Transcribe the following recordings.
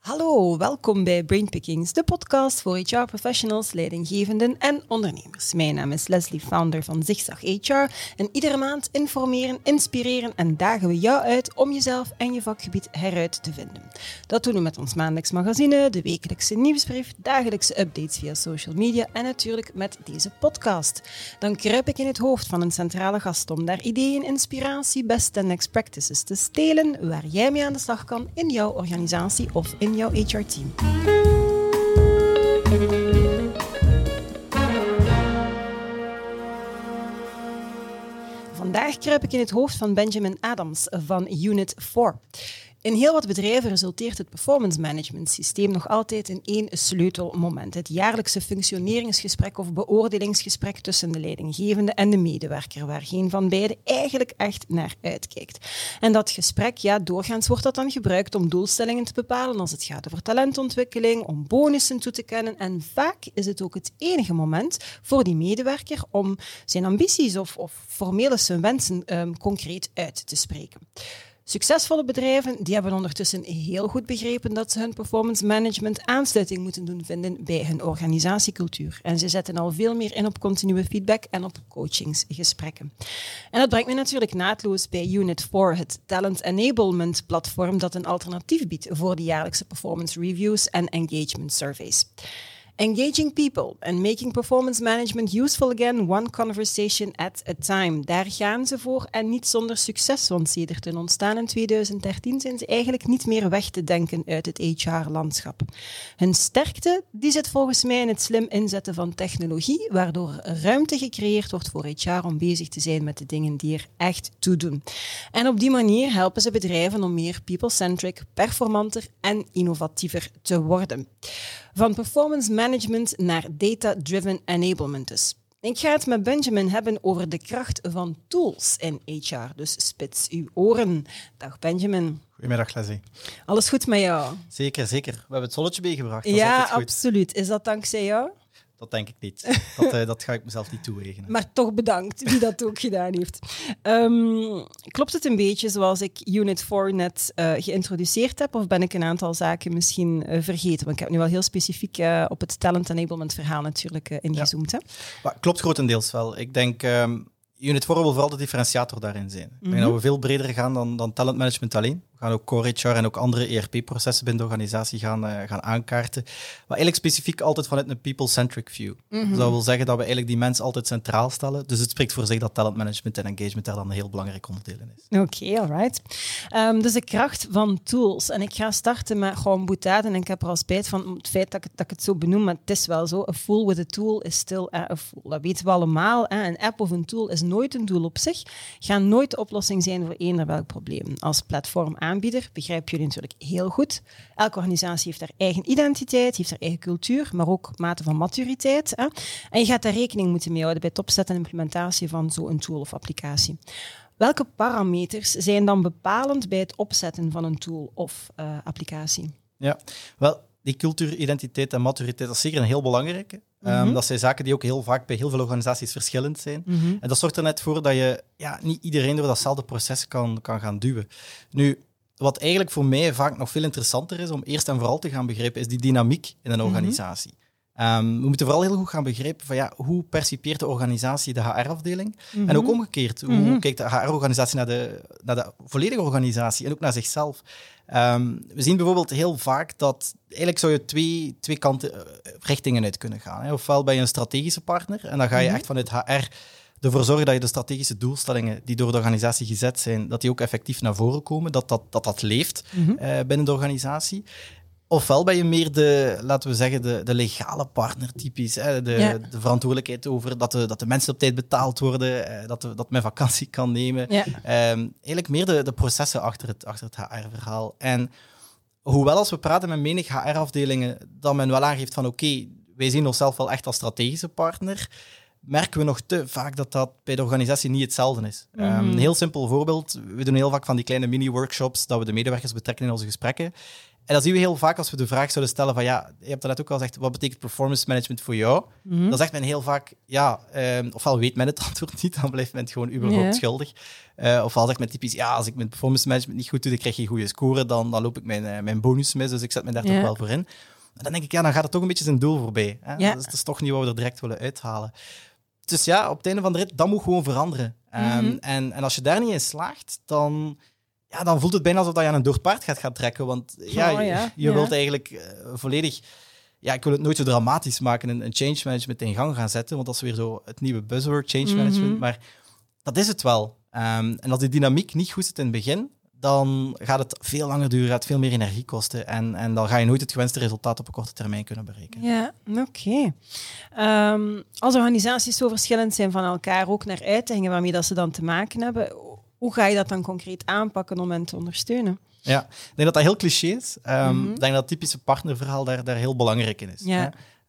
Hallo, welkom bij Brainpickings, de podcast voor HR-professionals, leidinggevenden en ondernemers. Mijn naam is Leslie, founder van Zigzag HR. En iedere maand informeren, inspireren en dagen we jou uit om jezelf en je vakgebied heruit te vinden. Dat doen we met ons maandelijks magazine, de wekelijkse nieuwsbrief, dagelijkse updates via social media en natuurlijk met deze podcast. Dan kruip ik in het hoofd van een centrale gast om daar ideeën, inspiratie, best en next practices te stelen waar jij mee aan de slag kan in jouw organisatie of in jouw HR-team. Vandaag kruip ik in het hoofd van Benjamin Adams van Unit 4. In heel wat bedrijven resulteert het performance management systeem nog altijd in één sleutelmoment. Het jaarlijkse functioneringsgesprek of beoordelingsgesprek tussen de leidinggevende en de medewerker, waar geen van beiden eigenlijk echt naar uitkijkt. En dat gesprek, doorgaans wordt dat dan gebruikt om doelstellingen te bepalen als het gaat over talentontwikkeling, om bonussen toe te kennen. En vaak is het ook het enige moment voor die medewerker om zijn ambities of formele zijn wensen concreet uit te spreken. Succesvolle bedrijven die hebben ondertussen heel goed begrepen dat ze hun performance management aansluiting moeten doen vinden bij hun organisatiecultuur. En ze zetten al veel meer in op continue feedback en op coachingsgesprekken. En dat brengt me natuurlijk naadloos bij Unit 4, het talent enablement platform dat een alternatief biedt voor de jaarlijkse performance reviews en engagement surveys. Engaging people and making performance management useful again, one conversation at a time. Daar gaan ze voor en niet zonder succes, want sedert hun ontstaan in 2013 zijn ze eigenlijk niet meer weg te denken uit het HR-landschap. Hun sterkte die zit volgens mij in het slim inzetten van technologie, waardoor ruimte gecreëerd wordt voor HR om bezig te zijn met de dingen die er echt toe doen. En op die manier helpen ze bedrijven om meer people-centric, performanter en innovatiever te worden. Van performance management naar data-driven enablement dus. Ik ga het met Benjamin hebben over de kracht van tools in HR, dus spits uw oren. Dag Benjamin. Goedemiddag Leslie. Alles goed met jou? Zeker, zeker. We hebben het zonnetje meegebracht. Dat ja, is goed. Absoluut. Is dat dankzij jou? Dat denk ik niet. Dat ga ik mezelf niet toerekenen. Maar toch bedankt wie dat ook gedaan heeft. Klopt het een beetje zoals ik Unit 4 net geïntroduceerd heb? Of ben ik een aantal zaken misschien vergeten? Want ik heb nu wel heel specifiek op het talent enablement verhaal natuurlijk ingezoomd. Ja. Hè? Maar klopt grotendeels wel. Ik denk, Unit 4 wil vooral de differentiator daarin zijn. Ik denk dat we veel breder gaan dan talent management alleen. We gaan ook core HR en ook andere ERP-processen binnen de organisatie gaan aankaarten. Maar eigenlijk specifiek altijd vanuit een people-centric view. Dus dat wil zeggen dat we eigenlijk die mens altijd centraal stellen. Dus het spreekt voor zich dat talent management en engagement daar dan een heel belangrijk onderdeel in is. Oké, alright. Dus de kracht van tools. En ik ga starten met gewoon boetaden. En ik heb er al spijt van het feit dat ik het zo benoem, maar het is wel zo. A fool with a tool is still a fool. Dat weten we allemaal. Een app of een tool is nooit een doel op zich. Gaat nooit de oplossing zijn voor eender welk probleem. Als platformaanbieder begrijpen jullie natuurlijk heel goed. Elke organisatie heeft haar eigen identiteit, heeft haar eigen cultuur, maar ook mate van maturiteit. En je gaat daar rekening moeten mee houden bij het opzetten en implementatie van zo'n tool of applicatie. Welke parameters zijn dan bepalend bij het opzetten van een tool of applicatie? Ja, wel, die cultuur, identiteit en maturiteit, dat is zeker een heel belangrijke. Dat zijn zaken die ook heel vaak bij heel veel organisaties verschillend zijn. En dat zorgt er net voor dat je niet iedereen door datzelfde proces kan gaan duwen. Nu, wat eigenlijk voor mij vaak nog veel interessanter is om eerst en vooral te gaan begrijpen, is die dynamiek in een organisatie. We moeten vooral heel goed gaan begrijpen van hoe percipeert de organisatie de HR-afdeling en ook omgekeerd. Hoe kijkt de HR-organisatie naar de volledige organisatie en ook naar zichzelf. We zien bijvoorbeeld heel vaak dat eigenlijk zou je twee kanten richtingen uit kunnen gaan. Hè. Ofwel ben je een strategische partner en dan ga je echt vanuit HR ervoor zorgen dat je de strategische doelstellingen die door de organisatie gezet zijn, dat die ook effectief naar voren komen, dat leeft binnen de organisatie. Ofwel ben je meer laten we zeggen, de legale partner typisch. Hè? De verantwoordelijkheid over dat de mensen op tijd betaald worden, dat men vakantie kan nemen. Ja. Eigenlijk meer de processen achter het HR-verhaal. En hoewel als we praten met menig HR-afdelingen, dat men wel aangeeft van oké, wij zien onszelf wel echt als strategische partner, merken we nog te vaak dat bij de organisatie niet hetzelfde is. Een heel simpel voorbeeld. We doen heel vaak van die kleine mini-workshops dat we de medewerkers betrekken in onze gesprekken. En dat zien we heel vaak als we de vraag zouden stellen van je hebt net ook al gezegd, wat betekent performance management voor jou? Dan zegt men heel vaak, ofwel weet men het antwoord niet, dan blijft men het gewoon überhaupt schuldig. Ofwel zegt men typisch, als ik mijn performance management niet goed doe, dan krijg je een goede score, dan loop ik mijn bonus mis, dus ik zet me daar toch wel voor in. En dan denk ik, dan gaat het toch een beetje zijn doel voorbij. Hè? Ja. Dat is toch niet wat we er direct willen uithalen. Dus op het einde van de rit, dat moet gewoon veranderen. En als je daar niet in slaagt, dan voelt het bijna alsof je aan een dood paard gaat gaan trekken. Want je wilt eigenlijk volledig... Ja, ik wil het nooit zo dramatisch maken, een change management in gang gaan zetten, want dat is weer zo het nieuwe buzzword, change management. Maar dat is het wel. En als die dynamiek niet goed zit in het begin, dan gaat het veel langer duren, gaat veel meer energie kosten. En dan ga je nooit het gewenste resultaat op een korte termijn kunnen bereiken. Ja, oké. Als organisaties zo verschillend zijn van elkaar, ook naar uitdagingen waarmee dat ze dan te maken hebben, hoe ga je dat dan concreet aanpakken om hen te ondersteunen? Ja, ik denk dat dat heel cliché is. Ik denk dat het typische partnerverhaal daar heel belangrijk in is. Ja.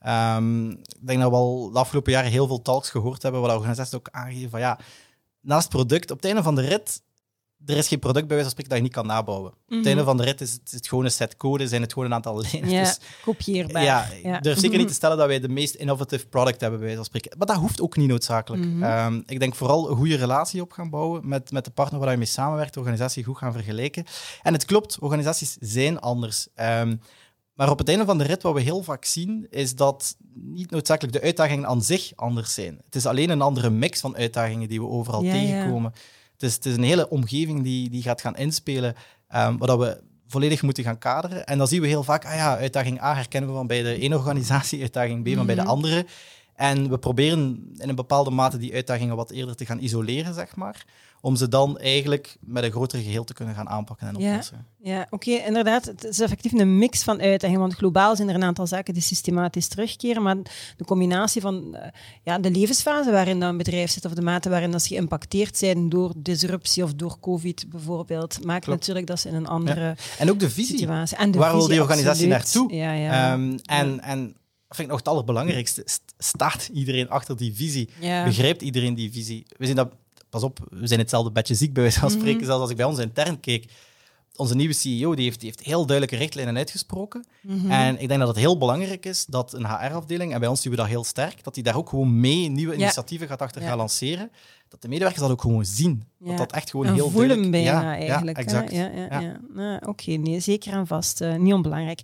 Ik denk dat we al de afgelopen jaren heel veel talks gehoord hebben, waar de organisaties ook aangeven van naast product, op het einde van de rit, er is geen product bij wijze van spreken dat je niet kan nabouwen. Op het einde van de rit is het gewoon een set code, zijn het gewoon een aantal lijnen. Ja, dus, kopieerbaar. Ik durf zeker niet te stellen dat wij de meest innovative product hebben bij wijze van spreken. Maar dat hoeft ook niet noodzakelijk. Ik denk vooral een goede relatie op gaan bouwen met de partner waar je mee samenwerkt, de organisatie goed gaan vergelijken. En het klopt, organisaties zijn anders. Maar op het einde van de rit, wat we heel vaak zien, is dat niet noodzakelijk de uitdagingen aan zich anders zijn. Het is alleen een andere mix van uitdagingen die we overal tegenkomen. Het is een hele omgeving die gaat gaan inspelen, waar we volledig moeten gaan kaderen. En dan zien we heel vaak, uitdaging A herkennen we van bij de ene organisatie, uitdaging B van bij de andere. En we proberen in een bepaalde mate die uitdagingen wat eerder te gaan isoleren, zeg maar, om ze dan eigenlijk met een groter geheel te kunnen gaan aanpakken en oplossen. Ja, oké, inderdaad. Het is effectief een mix van uitdagingen, want globaal zijn er een aantal zaken die systematisch terugkeren, maar de combinatie van de levensfase waarin dat een bedrijf zit, of de mate waarin dat ze geïmpacteerd zijn door disruptie of door COVID bijvoorbeeld, maakt natuurlijk dat ze in een andere en ook de visie. Situatie. En waar wil die organisatie naartoe? En dat vind ik nog het allerbelangrijkste. Staat iedereen achter die visie? Ja. Begrijpt iedereen die visie? We zien dat, pas op, we zijn hetzelfde bedje ziek bij wijze van spreken. Zelfs als ik bij ons intern keek. Onze nieuwe CEO die heeft heel duidelijke richtlijnen uitgesproken. En ik denk dat het heel belangrijk is dat een HR-afdeling, en bij ons zien we dat heel sterk, dat die daar ook gewoon mee nieuwe initiatieven gaat achter gaan lanceren. Dat de medewerkers dat ook gewoon zien. Dat dat echt gewoon heel duidelijk... bijna eigenlijk. Ja, exact. Oké, nee, zeker en vast. Niet onbelangrijk.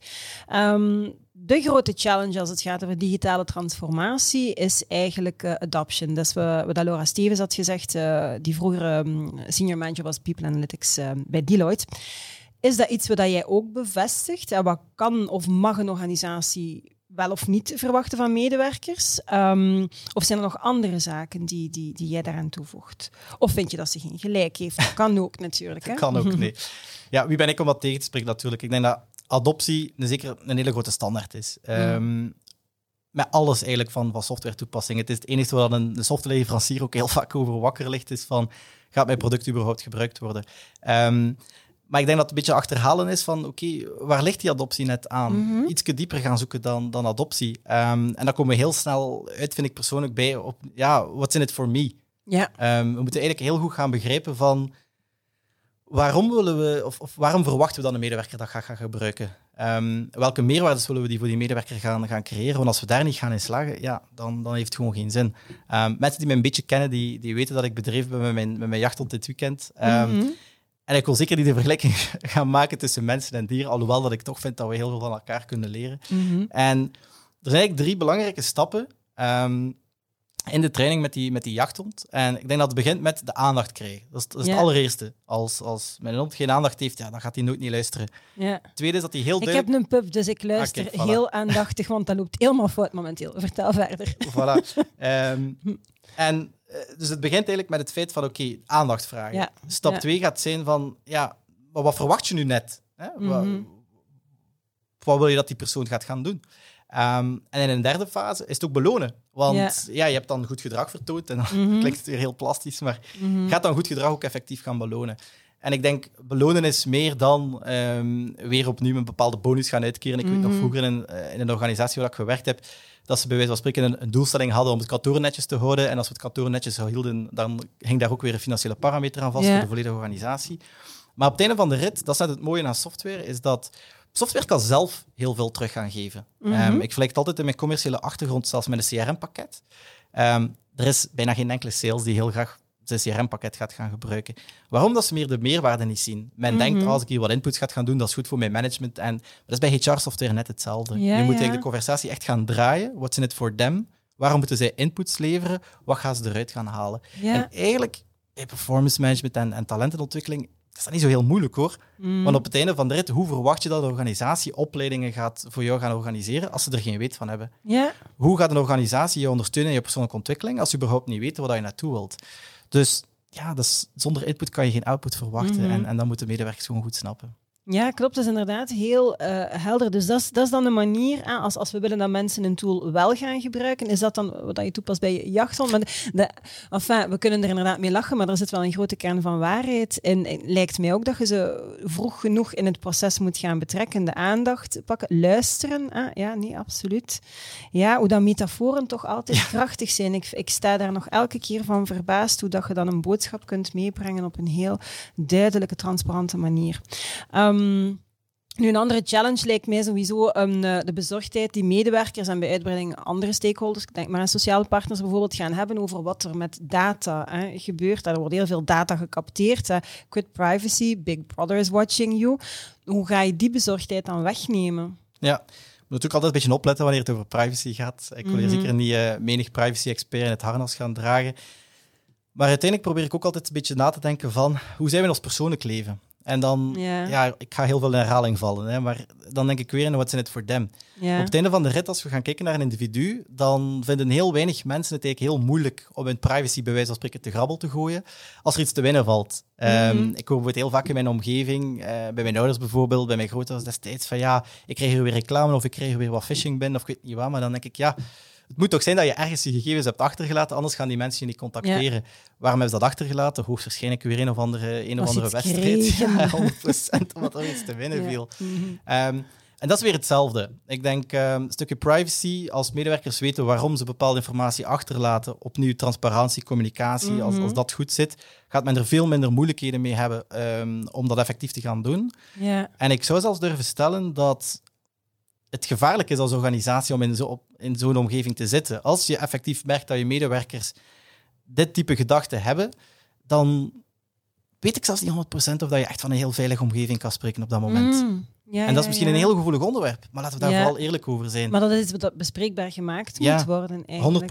De grote challenge als het gaat over digitale transformatie is eigenlijk adoption. Dat is wat Laura Stevens had gezegd, die vroeger senior manager was People Analytics bij Deloitte. Is dat iets wat jij ook bevestigt? En wat kan of mag een organisatie wel of niet verwachten van medewerkers? Of zijn er nog andere zaken die jij daaraan toevoegt? Of vind je dat ze geen gelijk heeft? Dat kan ook natuurlijk. Hè? Dat kan ook, nee. Ja, wie ben ik om dat tegen te spreken natuurlijk? Ik denk dat adoptie zeker een hele grote standaard is. Met alles eigenlijk van software-toepassingen. Het is het enige waar een softwareleverancier ook heel vaak over wakker ligt, is van, gaat mijn product überhaupt gebruikt worden? Maar ik denk dat het een beetje achterhalen is van, oké, waar ligt die adoptie net aan? Ietske dieper gaan zoeken dan adoptie. En dan komen we heel snel uit, vind ik persoonlijk, bij op, what's in it for me? Ja. We moeten eigenlijk heel goed gaan begrijpen van, waarom willen we, of waarom verwachten we dan een medewerker dat gaat gaan gebruiken? Welke meerwaardes willen we die voor die medewerker gaan creëren? Want als we daar niet gaan in slagen, dan heeft het gewoon geen zin. Mensen die mij een beetje kennen, die weten dat ik bedreven ben met mijn jachthond dit weekend. En ik wil zeker niet de vergelijking gaan maken tussen mensen en dieren, alhoewel dat ik toch vind dat we heel veel van elkaar kunnen leren. En er zijn eigenlijk 3 belangrijke stappen in de training met die jachthond. En ik denk dat het begint met de aandacht krijgen. Dat is het allereerste. Als mijn hond geen aandacht heeft, dan gaat hij nooit niet luisteren. Ja. Het tweede is dat hij heel duidelijk... Ik heb een pup, dus ik luister heel aandachtig, want dat loopt helemaal fout momenteel. Vertel verder. Voilà. Dus het begint eigenlijk met het feit van, oké, aandacht vragen. Ja. Stap 2 gaat zijn van, maar wat verwacht je nu net? Hè? Wat wil je dat die persoon gaat gaan doen? En in een derde fase is het ook belonen. Want je hebt dan goed gedrag vertoond en dan klinkt het weer heel plastisch, maar gaat dan goed gedrag ook effectief gaan belonen. En ik denk, belonen is meer dan weer opnieuw een bepaalde bonus gaan uitkeren. Ik weet nog vroeger in een organisatie waar ik gewerkt heb, dat ze bij wijze van spreken een doelstelling hadden om het kantoor netjes te houden. En als we het kantoor netjes hielden, dan hing daar ook weer een financiële parameter aan vast voor de volledige organisatie. Maar op het einde van de rit, dat is net het mooie aan software, is dat Software kan zelf heel veel terug gaan geven. Ik vergelijk het altijd in mijn commerciële achtergrond, zelfs met een CRM-pakket. Er is bijna geen enkele sales die heel graag zijn CRM-pakket gaat gaan gebruiken. Waarom? Dat ze meer de meerwaarde niet zien. Men denkt, als ik hier wat inputs ga gaan doen, dat is goed voor mijn management. En dat is bij HR-software net hetzelfde. Je moet eigenlijk de conversatie echt gaan draaien. What's in it for them? Waarom moeten zij inputs leveren? Wat gaan ze eruit gaan halen? Ja. En eigenlijk, bij performance management en talentenontwikkeling, is dat niet zo heel moeilijk, hoor. Want op het einde van de rit, hoe verwacht je dat de organisatie opleidingen gaat voor jou gaan organiseren als ze er geen weet van hebben? Ja. Hoe gaat een organisatie je ondersteunen in je persoonlijke ontwikkeling als je überhaupt niet weet waar je naartoe wilt? Dus ja, zonder input kan je geen output verwachten. En dat moeten medewerkers gewoon goed snappen. Ja, klopt. Dat is inderdaad heel helder. Dus dat is dan de manier, als we willen dat mensen een tool wel gaan gebruiken, is dat dan wat je toepast bij Jachthond? We kunnen er inderdaad mee lachen, maar er zit wel een grote kern van waarheid in. Het lijkt mij ook dat je ze vroeg genoeg in het proces moet gaan betrekken, de aandacht pakken, luisteren. Ja, nee, absoluut. Ja, hoe dat metaforen toch altijd krachtig zijn. Ik sta daar nog elke keer van verbaasd hoe dat je dan een boodschap kunt meebrengen op een heel duidelijke, transparante manier. Nu, een andere challenge lijkt mij sowieso de bezorgdheid die medewerkers en bij uitbreiding andere stakeholders, ik denk maar aan sociale partners bijvoorbeeld, gaan hebben over wat er met data gebeurt. Er wordt heel veel data gecapteerd. Quit privacy, Big Brother is watching you. Hoe ga je die bezorgdheid dan wegnemen? Ja, je moet natuurlijk altijd een beetje opletten wanneer het over privacy gaat. Ik wil hier zeker niet menig privacy-expert in het harnas gaan dragen. Maar uiteindelijk probeer ik ook altijd een beetje na te denken van hoe zijn we in ons persoonlijk leven? En dan, ik ga heel veel in herhaling vallen, maar dan denk ik weer in what's in it for them. Ja. Op het einde van de rit, als we gaan kijken naar een individu, dan vinden heel weinig mensen het eigenlijk heel moeilijk om hun privacy bij wijze van spreken te grabbel te gooien, als er iets te winnen valt. Ik hoor bijvoorbeeld heel vaak in mijn omgeving, bij mijn ouders bijvoorbeeld, bij mijn grootouders destijds, van ik krijg hier weer reclame of ik krijg hier weer wat phishing binnen, of ik weet niet wat, maar dan denk ik, het moet toch zijn dat je ergens je gegevens hebt achtergelaten, anders gaan die mensen je niet contacteren. Ja. Waarom hebben ze dat achtergelaten? Hoogstwaarschijnlijk weer een of andere wedstrijd. Ja, 100%, omdat er iets te winnen viel. En dat is weer hetzelfde. Ik denk, een stukje privacy, als medewerkers weten waarom ze bepaalde informatie achterlaten, opnieuw transparantie, communicatie, als dat goed zit, gaat men er veel minder moeilijkheden mee hebben om dat effectief te gaan doen. Ja. En ik zou zelfs durven stellen dat het gevaarlijk is als organisatie om in zo'n omgeving te zitten. Als je effectief merkt dat je medewerkers dit type gedachten hebben, dan weet ik zelfs niet 100% of dat je echt van een heel veilige omgeving kan spreken op dat moment. En dat is misschien een heel gevoelig onderwerp, maar laten we daar vooral eerlijk over zijn. Maar dat is wat bespreekbaar gemaakt moet worden eigenlijk.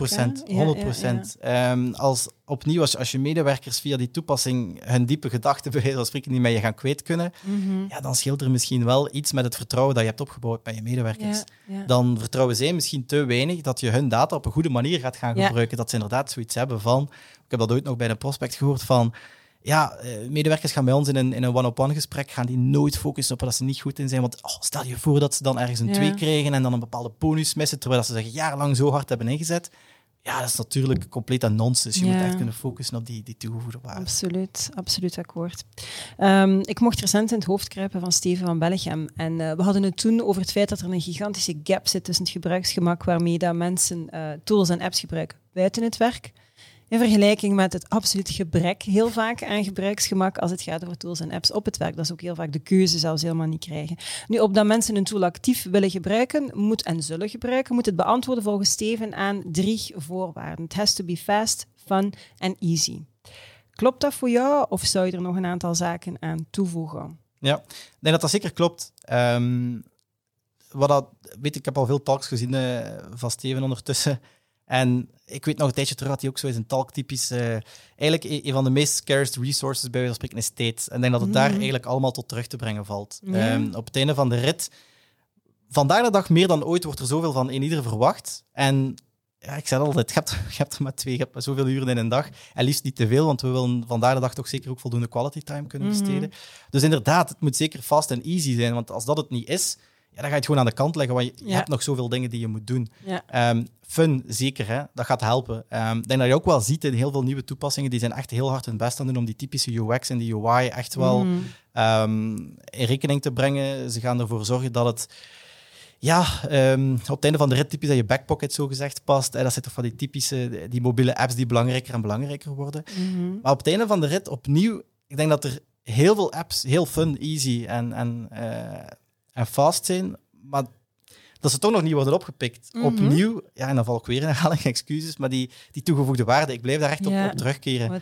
100%. Als je medewerkers via die toepassing hun diepe gedachten bij wijze van spreken niet met je gaan kwijt kunnen, dan scheelt er misschien wel iets met het vertrouwen dat je hebt opgebouwd bij je medewerkers. Dan vertrouwen zij misschien te weinig dat je hun data op een goede manier gaat gaan gebruiken. Dat ze inderdaad zoiets hebben van, ik heb dat ooit nog bij een prospect gehoord van, medewerkers gaan bij ons in een one-on-one gesprek, gaan die nooit focussen op waar ze niet goed in zijn. Want stel je voor dat ze dan ergens een 2 krijgen en dan een bepaalde bonus missen, terwijl ze zich jarenlang zo hard hebben ingezet. Ja, dat is natuurlijk compleet een nonsens. Je moet echt kunnen focussen op die toegevoegde waarde. Absoluut akkoord. Ik mocht recent in het hoofd kruipen van Steven van Bellegem. En we hadden het toen over het feit dat er een gigantische gap zit tussen het gebruiksgemak waarmee dat mensen tools en apps gebruiken buiten het werk, in vergelijking met het absoluut gebrek heel vaak aan gebruiksgemak als het gaat over tools en apps op het werk. Dat is ook heel vaak de keuze zelfs helemaal niet krijgen. Nu, opdat mensen een tool actief willen gebruiken en zullen gebruiken, moet het beantwoorden volgens Steven aan 3 voorwaarden. It has to be fast, fun en easy. Klopt dat voor jou of zou je er nog een aantal zaken aan toevoegen? Ja, ik denk dat dat zeker klopt. Ik heb al veel talks gezien van Steven ondertussen. En ik weet nog een tijdje terug dat hij ook zo is een talk typisch. Eigenlijk een van de meest scarce resources bij wijze van spreken is tijd. En ik denk dat het daar eigenlijk allemaal tot terug te brengen valt. Op het einde van de rit, vandaag de dag meer dan ooit, wordt er zoveel van ieder verwacht. En ik zeg altijd, je hebt er maar 2, je hebt maar zoveel uren in een dag. En liefst niet te veel, want we willen vandaag de dag toch zeker ook voldoende quality time kunnen besteden. Dus inderdaad, het moet zeker fast en easy zijn. Want als dat het niet is, dan ga je het gewoon aan de kant leggen, want je hebt nog zoveel dingen die je moet doen. Ja. Fun, zeker, hè? Dat gaat helpen. Ik denk dat je ook wel ziet in heel veel nieuwe toepassingen, die zijn echt heel hard hun best aan doen om die typische UX en die UI echt wel in rekening te brengen. Ze gaan ervoor zorgen dat het op het einde van de rit typisch dat je backpocket zogezegd past. Dat zijn toch van die typische die mobiele apps die belangrijker en belangrijker worden. Maar op het einde van de rit opnieuw, ik denk dat er heel veel apps heel fun, easy en fast zijn, maar dat ze toch nog niet worden opgepikt. Opnieuw, en dan val ik weer in herhaling, excuses, maar die toegevoegde waarde, ik blijf daar echt op terugkeren.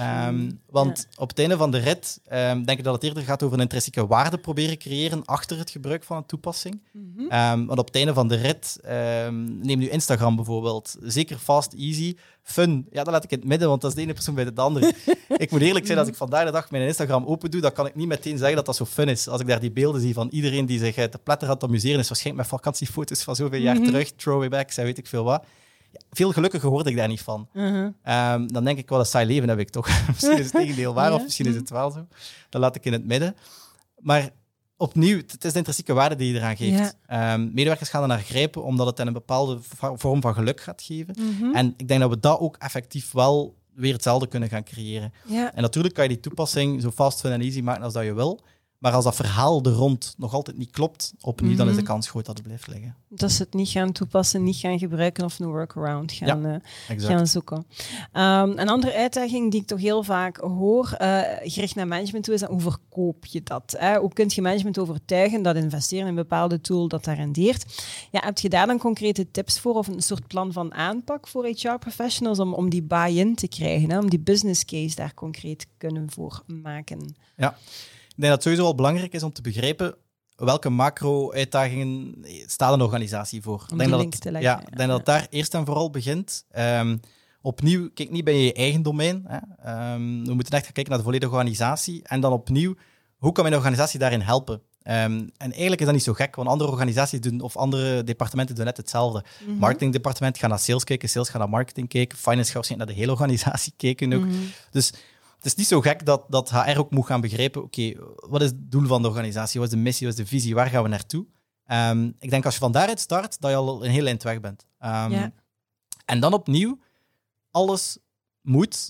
Want op het einde van de rit denk ik dat het eerder gaat over een intrinsieke waarde proberen creëren achter het gebruik van een toepassing. Want op het einde van de rit, neem nu Instagram bijvoorbeeld, zeker fast, easy, fun, dat laat ik in het midden, want dat is de ene persoon bij de andere. Ik moet eerlijk zijn, als ik vandaag de dag mijn Instagram open doe, dan kan ik niet meteen zeggen dat dat zo fun is. Als ik daar die beelden zie van iedereen die zich te pletter gaat amuseren, is waarschijnlijk met vakantiefoto's van zoveel jaar terug, throwbacks en weet ik veel wat. Ja, veel gelukkiger word ik daar niet van. Dan denk ik, wel een saai leven heb ik toch. Misschien is het tegendeel waar, of misschien is het wel zo. Dat laat ik in het midden. Maar opnieuw, het is de intrinsieke waarde die je eraan geeft. Medewerkers gaan er naar grijpen, omdat het hen een bepaalde vorm van geluk gaat geven. En ik denk dat we dat ook effectief wel weer hetzelfde kunnen gaan creëren. En natuurlijk kan je die toepassing zo fast, fun en easy maken als dat je wil. Maar als dat verhaal er rond nog altijd niet klopt, opnieuw, dan is de kans groot dat het blijft liggen. Dat ze het niet gaan toepassen, niet gaan gebruiken of een workaround gaan zoeken. Een andere uitdaging die ik toch heel vaak hoor, gericht naar management toe, is dat hoe verkoop je dat? Hoe kun je management overtuigen dat investeren in een bepaalde tool dat daar rendeert? Heb je daar dan concrete tips voor of een soort plan van aanpak voor HR-professionals om die buy-in te krijgen, om die business case daar concreet kunnen voor maken? Ja. Ik denk dat het sowieso wel belangrijk is om te begrijpen welke macro-uitdagingen staat een organisatie voor. Ik denk dat het daar eerst en vooral begint. Opnieuw, kijk niet bij je eigen domein. Hè. We moeten echt gaan kijken naar de volledige organisatie. En dan opnieuw, hoe kan mijn organisatie daarin helpen? En eigenlijk is dat niet zo gek, want andere organisaties doen, of andere departementen doen net hetzelfde. Marketingdepartement gaat naar sales kijken, sales gaat naar marketing kijken, finance gaat waarschijnlijk naar de hele organisatie kijken ook. Dus het is niet zo gek dat HR ook moet gaan begrijpen, oké, wat is het doel van de organisatie? Wat is de missie? Wat is de visie? Waar gaan we naartoe? Ik denk als je van daaruit start, dat je al een heel eind weg bent. En dan opnieuw, alles moet,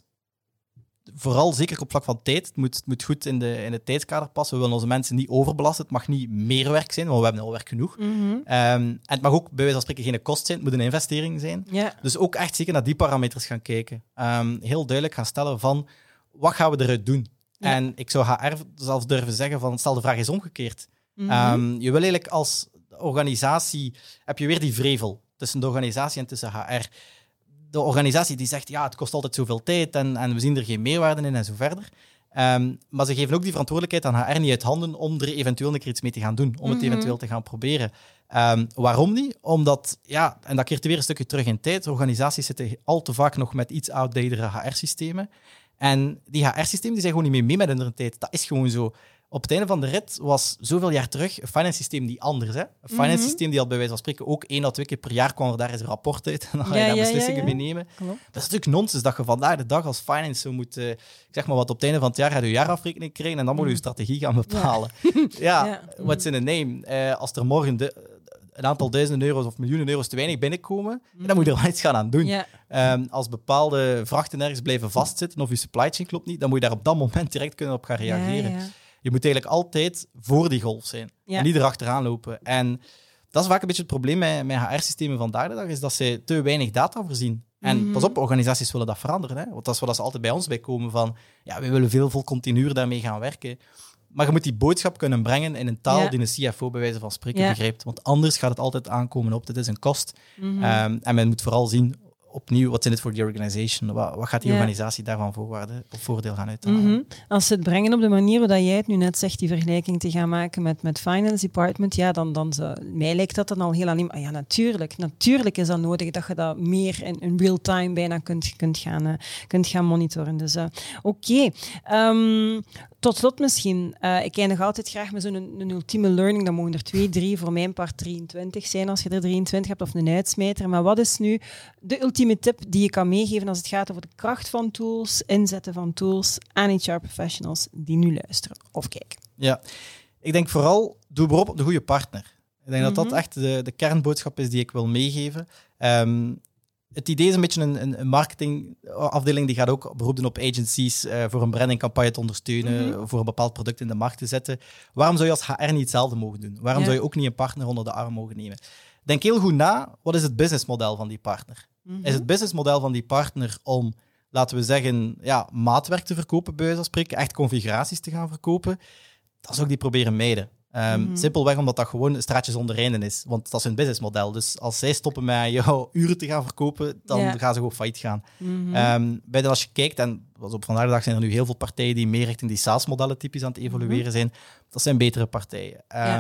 vooral zeker op vlak van tijd, het moet goed in het tijdskader passen. We willen onze mensen niet overbelasten. Het mag niet meer werk zijn, want we hebben al werk genoeg. En het mag ook bij wijze van spreken geen kost zijn. Het moet een investering zijn. Dus ook echt zeker naar die parameters gaan kijken. Heel duidelijk gaan stellen van, wat gaan we eruit doen? En ik zou HR zelfs durven zeggen van, stel de vraag is omgekeerd. Je wil eigenlijk als organisatie, heb je weer die vrevel tussen de organisatie en tussen HR. De organisatie die zegt, het kost altijd zoveel tijd en we zien er geen meerwaarde in en zo verder. Maar ze geven ook die verantwoordelijkheid aan HR niet uit handen om er eventueel een keer iets mee te gaan doen, om het eventueel te gaan proberen. Waarom niet? Omdat, en dat keert weer een stukje terug in tijd, organisaties zitten al te vaak nog met iets outdatedere HR-systemen. En die HR-systemen die zijn gewoon niet meer mee met hun tijd. Dat is gewoon zo. Op het einde van de rit was zoveel jaar terug een finance-systeem niet anders. Hè? Een finance-systeem die al bij wijze van spreken ook 1 à 2 keer per jaar kwam er daar eens een rapport uit en dan ga je daar beslissingen mee nemen. Klopt. Dat is natuurlijk nonsens dat je vandaag de dag als finance zo moet, zeg maar wat op het einde van het jaar gaat je jaarafrekening krijgen en dan moet je strategie gaan bepalen. What's in a name? Als er morgen een aantal duizenden euro's of miljoenen euro's te weinig binnenkomen, dan moet je er wel iets gaan aan doen. Als bepaalde vrachten ergens blijven vastzitten of je supply chain klopt niet, dan moet je daar op dat moment direct kunnen op gaan reageren. Je moet eigenlijk altijd voor die golf zijn en niet erachteraan lopen. En dat is vaak een beetje het probleem met HR-systemen vandaag de dag, is dat ze te weinig data voorzien. En pas op, organisaties willen dat veranderen. Hè? Want dat is wat ze altijd bij ons bij komen van, we willen veel continuer daarmee gaan werken. Maar je moet die boodschap kunnen brengen in een taal die een CFO bij wijze van spreken begrijpt. Want anders gaat het altijd aankomen op, dit is een kost. En men moet vooral zien, opnieuw, wat is het voor die organization? Wat gaat die organisatie daarvan voordeel gaan uithalen? Als ze het brengen op de manier waar jij het nu net zegt, die vergelijking te gaan maken met finance department, dan mij lijkt dat dan al heel aan. Ja, natuurlijk is dat nodig, dat je dat meer in real time bijna kunt gaan monitoren. Dus oké. Tot slot misschien, ik eindig altijd graag met zo'n ultieme learning, dan mogen er 2, 3, voor mijn part 23 zijn als je er 23 hebt, of een uitsmijter. Maar wat is nu de ultieme tip die je kan meegeven als het gaat over de kracht van tools, inzetten van tools aan HR-professionals die nu luisteren of kijken? Ja, ik denk vooral, doe beroep op de goede partner. Ik denk dat echt de kernboodschap is die ik wil meegeven. Het idee is een beetje een marketingafdeling die gaat ook beroep doen op agencies voor een brandingcampagne te ondersteunen, voor een bepaald product in de markt te zetten. Waarom zou je als HR niet hetzelfde mogen doen? Waarom zou je ook niet een partner onder de arm mogen nemen? Denk heel goed na, wat is het businessmodel van die partner? Is het businessmodel van die partner om, laten we zeggen, maatwerk te verkopen, bij wijze van spreken, echt configuraties te gaan verkopen? Dan zou ik die proberen mijden. Simpelweg omdat dat gewoon straatjes zonder einden is. Want dat is hun businessmodel. Dus als zij stoppen met jouw uren te gaan verkopen, dan gaan ze gewoon failliet gaan. Als je kijkt, en op vandaag de dag zijn er nu heel veel partijen die meer richting die SaaS-modellen typisch aan het evolueren zijn. Dat zijn betere partijen.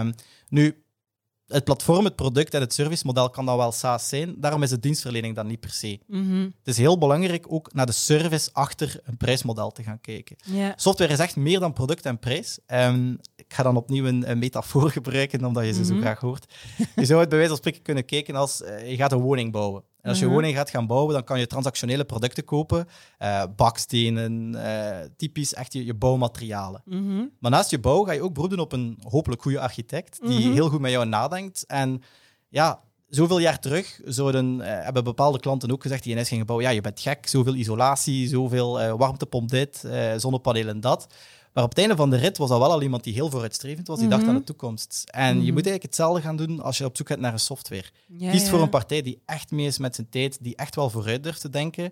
Nu, het platform, het product en het servicemodel kan dan wel SaaS zijn. Daarom is de dienstverlening dan niet per se. Het is heel belangrijk ook naar de service achter een prijsmodel te gaan kijken. Software is echt meer dan product en prijs. Ik ga dan opnieuw een metafoor gebruiken, omdat je ze zo graag hoort. Je zou het bij wijze van spreken kunnen kijken als je gaat een woning bouwen. En als je een woning gaat gaan bouwen, dan kan je transactionele producten kopen. Bakstenen, typisch echt je bouwmaterialen. Maar naast je bouw ga je ook beroep doen op een hopelijk goede architect die heel goed met jou nadenkt. En ja, zoveel jaar terug hebben bepaalde klanten ook gezegd die in huis gingen bouwen, ja, je bent gek, zoveel isolatie, zoveel warmtepomp dit, zonnepanelen dat. Maar op het einde van de rit was dat wel al iemand die heel vooruitstrevend was, die dacht aan de toekomst. En je moet eigenlijk hetzelfde gaan doen als je op zoek gaat naar een software. Kies voor een partij die echt mee is met zijn tijd, die echt wel vooruit durft te denken.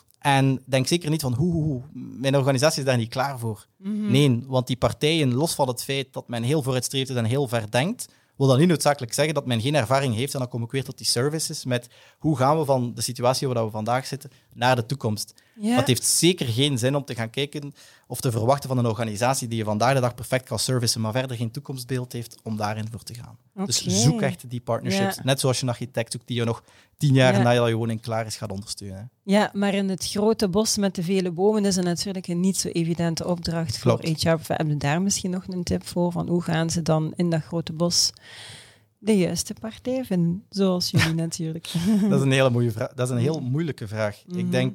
En denk zeker niet van, mijn organisatie is daar niet klaar voor. Nee, want die partijen, los van het feit dat men heel vooruitstrevend is en heel ver denkt, wil dat niet noodzakelijk zeggen dat men geen ervaring heeft. En dan kom ik weer tot die services met hoe gaan we van de situatie waar we vandaag zitten naar de toekomst. Ja. Het heeft zeker geen zin om te gaan kijken of te verwachten van een organisatie die je vandaag de dag perfect kan servicen, maar verder geen toekomstbeeld heeft om daarin voor te gaan. Okay. Dus zoek echt die partnerships. Ja. Net zoals je een architect zoekt die je nog 10 jaar nadat je woning klaar is gaat ondersteunen. Ja, maar in het grote bos met de vele bomen is het natuurlijk een niet zo evidente opdracht voor HR. Hebben we daar misschien nog een tip voor? Van hoe gaan ze dan in dat grote bos de juiste partij vinden? Zoals jullie natuurlijk. Dat is een hele mooie vraag. Dat is een heel moeilijke vraag. Ik denk,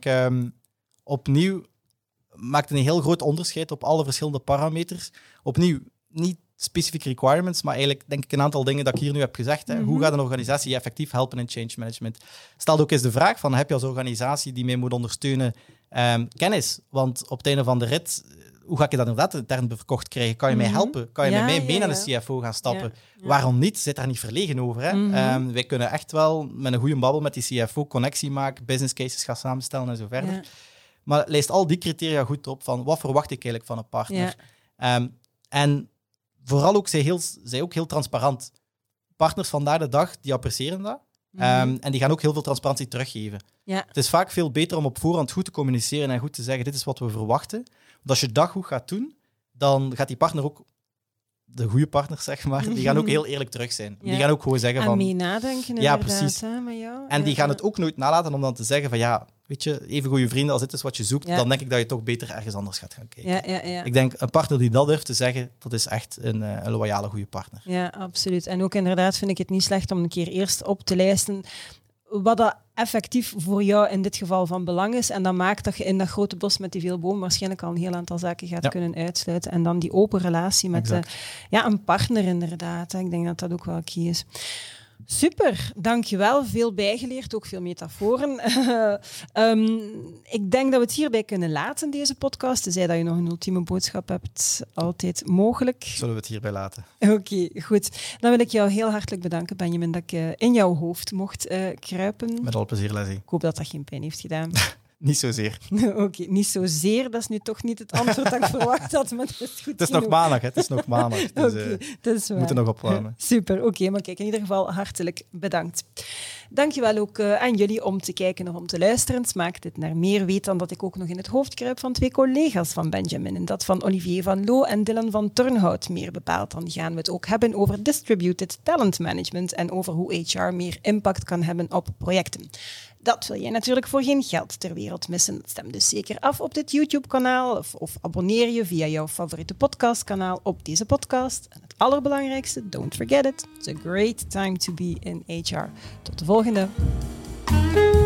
opnieuw, maakt een heel groot onderscheid op alle verschillende parameters. Opnieuw, niet specifiek requirements, maar eigenlijk denk ik een aantal dingen dat ik hier nu heb gezegd. Hè. Hoe gaat een organisatie je effectief helpen in change management? Stel ook eens de vraag van, heb je als organisatie die mee moet ondersteunen kennis? Want op het einde van de rit, hoe ga ik je dat inderdaad intern verkocht krijgen? Kan je mij helpen? Kan je met mij mee naar de CFO gaan stappen? Ja. Waarom niet? Zit daar niet verlegen over. Hè? Wij kunnen echt wel met een goede babbel met die CFO connectie maken, business cases gaan samenstellen en zo verder. Ja. Maar lijst al die criteria goed op van wat verwacht ik eigenlijk van een partner. Ja. En vooral ook, zij ook heel transparant. Partners vandaag de dag, die appreciëren dat. En die gaan ook heel veel transparantie teruggeven. Ja. Het is vaak veel beter om op voorhand goed te communiceren en goed te zeggen, dit is wat we verwachten. Want als je dat goed gaat doen, dan gaat die partner ook, de goede partners zeg maar, die gaan ook heel eerlijk terug zijn. Ja. Die gaan ook gewoon zeggen van... En mee nadenken ja, precies. Met jou. En die gaan het ook nooit nalaten om dan te zeggen van ja, weet je, even goede vrienden, als dit is wat je zoekt, dan denk ik dat je toch beter ergens anders gaat gaan kijken. Ja. Ik denk, een partner die dat durft te zeggen, dat is echt een loyale, goede partner. Ja, absoluut. En ook inderdaad vind ik het niet slecht om een keer eerst op te lijsten wat dat effectief voor jou in dit geval van belang is. En dat maakt dat je in dat grote bos met die veel bomen waarschijnlijk al een heel aantal zaken gaat kunnen uitsluiten. En dan die open relatie met een partner inderdaad. Ik denk dat dat ook wel key is. Super, dankjewel. Veel bijgeleerd, ook veel metaforen. Ik denk dat we het hierbij kunnen laten, deze podcast. Tenzij dat je nog een ultieme boodschap hebt, altijd mogelijk. Zullen we het hierbij laten? Oké, goed. Dan wil ik jou heel hartelijk bedanken, Benjamin, dat ik in jouw hoofd mocht kruipen. Met al plezier, Leslie. Ik hoop dat dat geen pijn heeft gedaan. Niet zozeer. Oké, niet zozeer. Dat is nu toch niet het antwoord dat ik verwacht had, maar dat is goed. Het is nog maandag, hè. Het is nog maandag. Dus we moeten nog opwarmen. Super, oké, maar kijk, in ieder geval hartelijk bedankt. Dankjewel ook aan jullie om te kijken of om te luisteren. Smaakt dit naar meer? Weet dan dat ik ook nog in het hoofd kruip van 2 collega's van Benjamin. En dat van Olivier van Loo en Dylan van Turnhout. Meer bepaald, dan gaan we het ook hebben over distributed talent management en over hoe HR meer impact kan hebben op projecten. Dat wil jij natuurlijk voor geen geld ter wereld missen. Stem dus zeker af op dit YouTube-kanaal of abonneer je via jouw favoriete podcastkanaal op deze podcast. En het allerbelangrijkste, don't forget it. It's a great time to be in HR. Tot de volgende.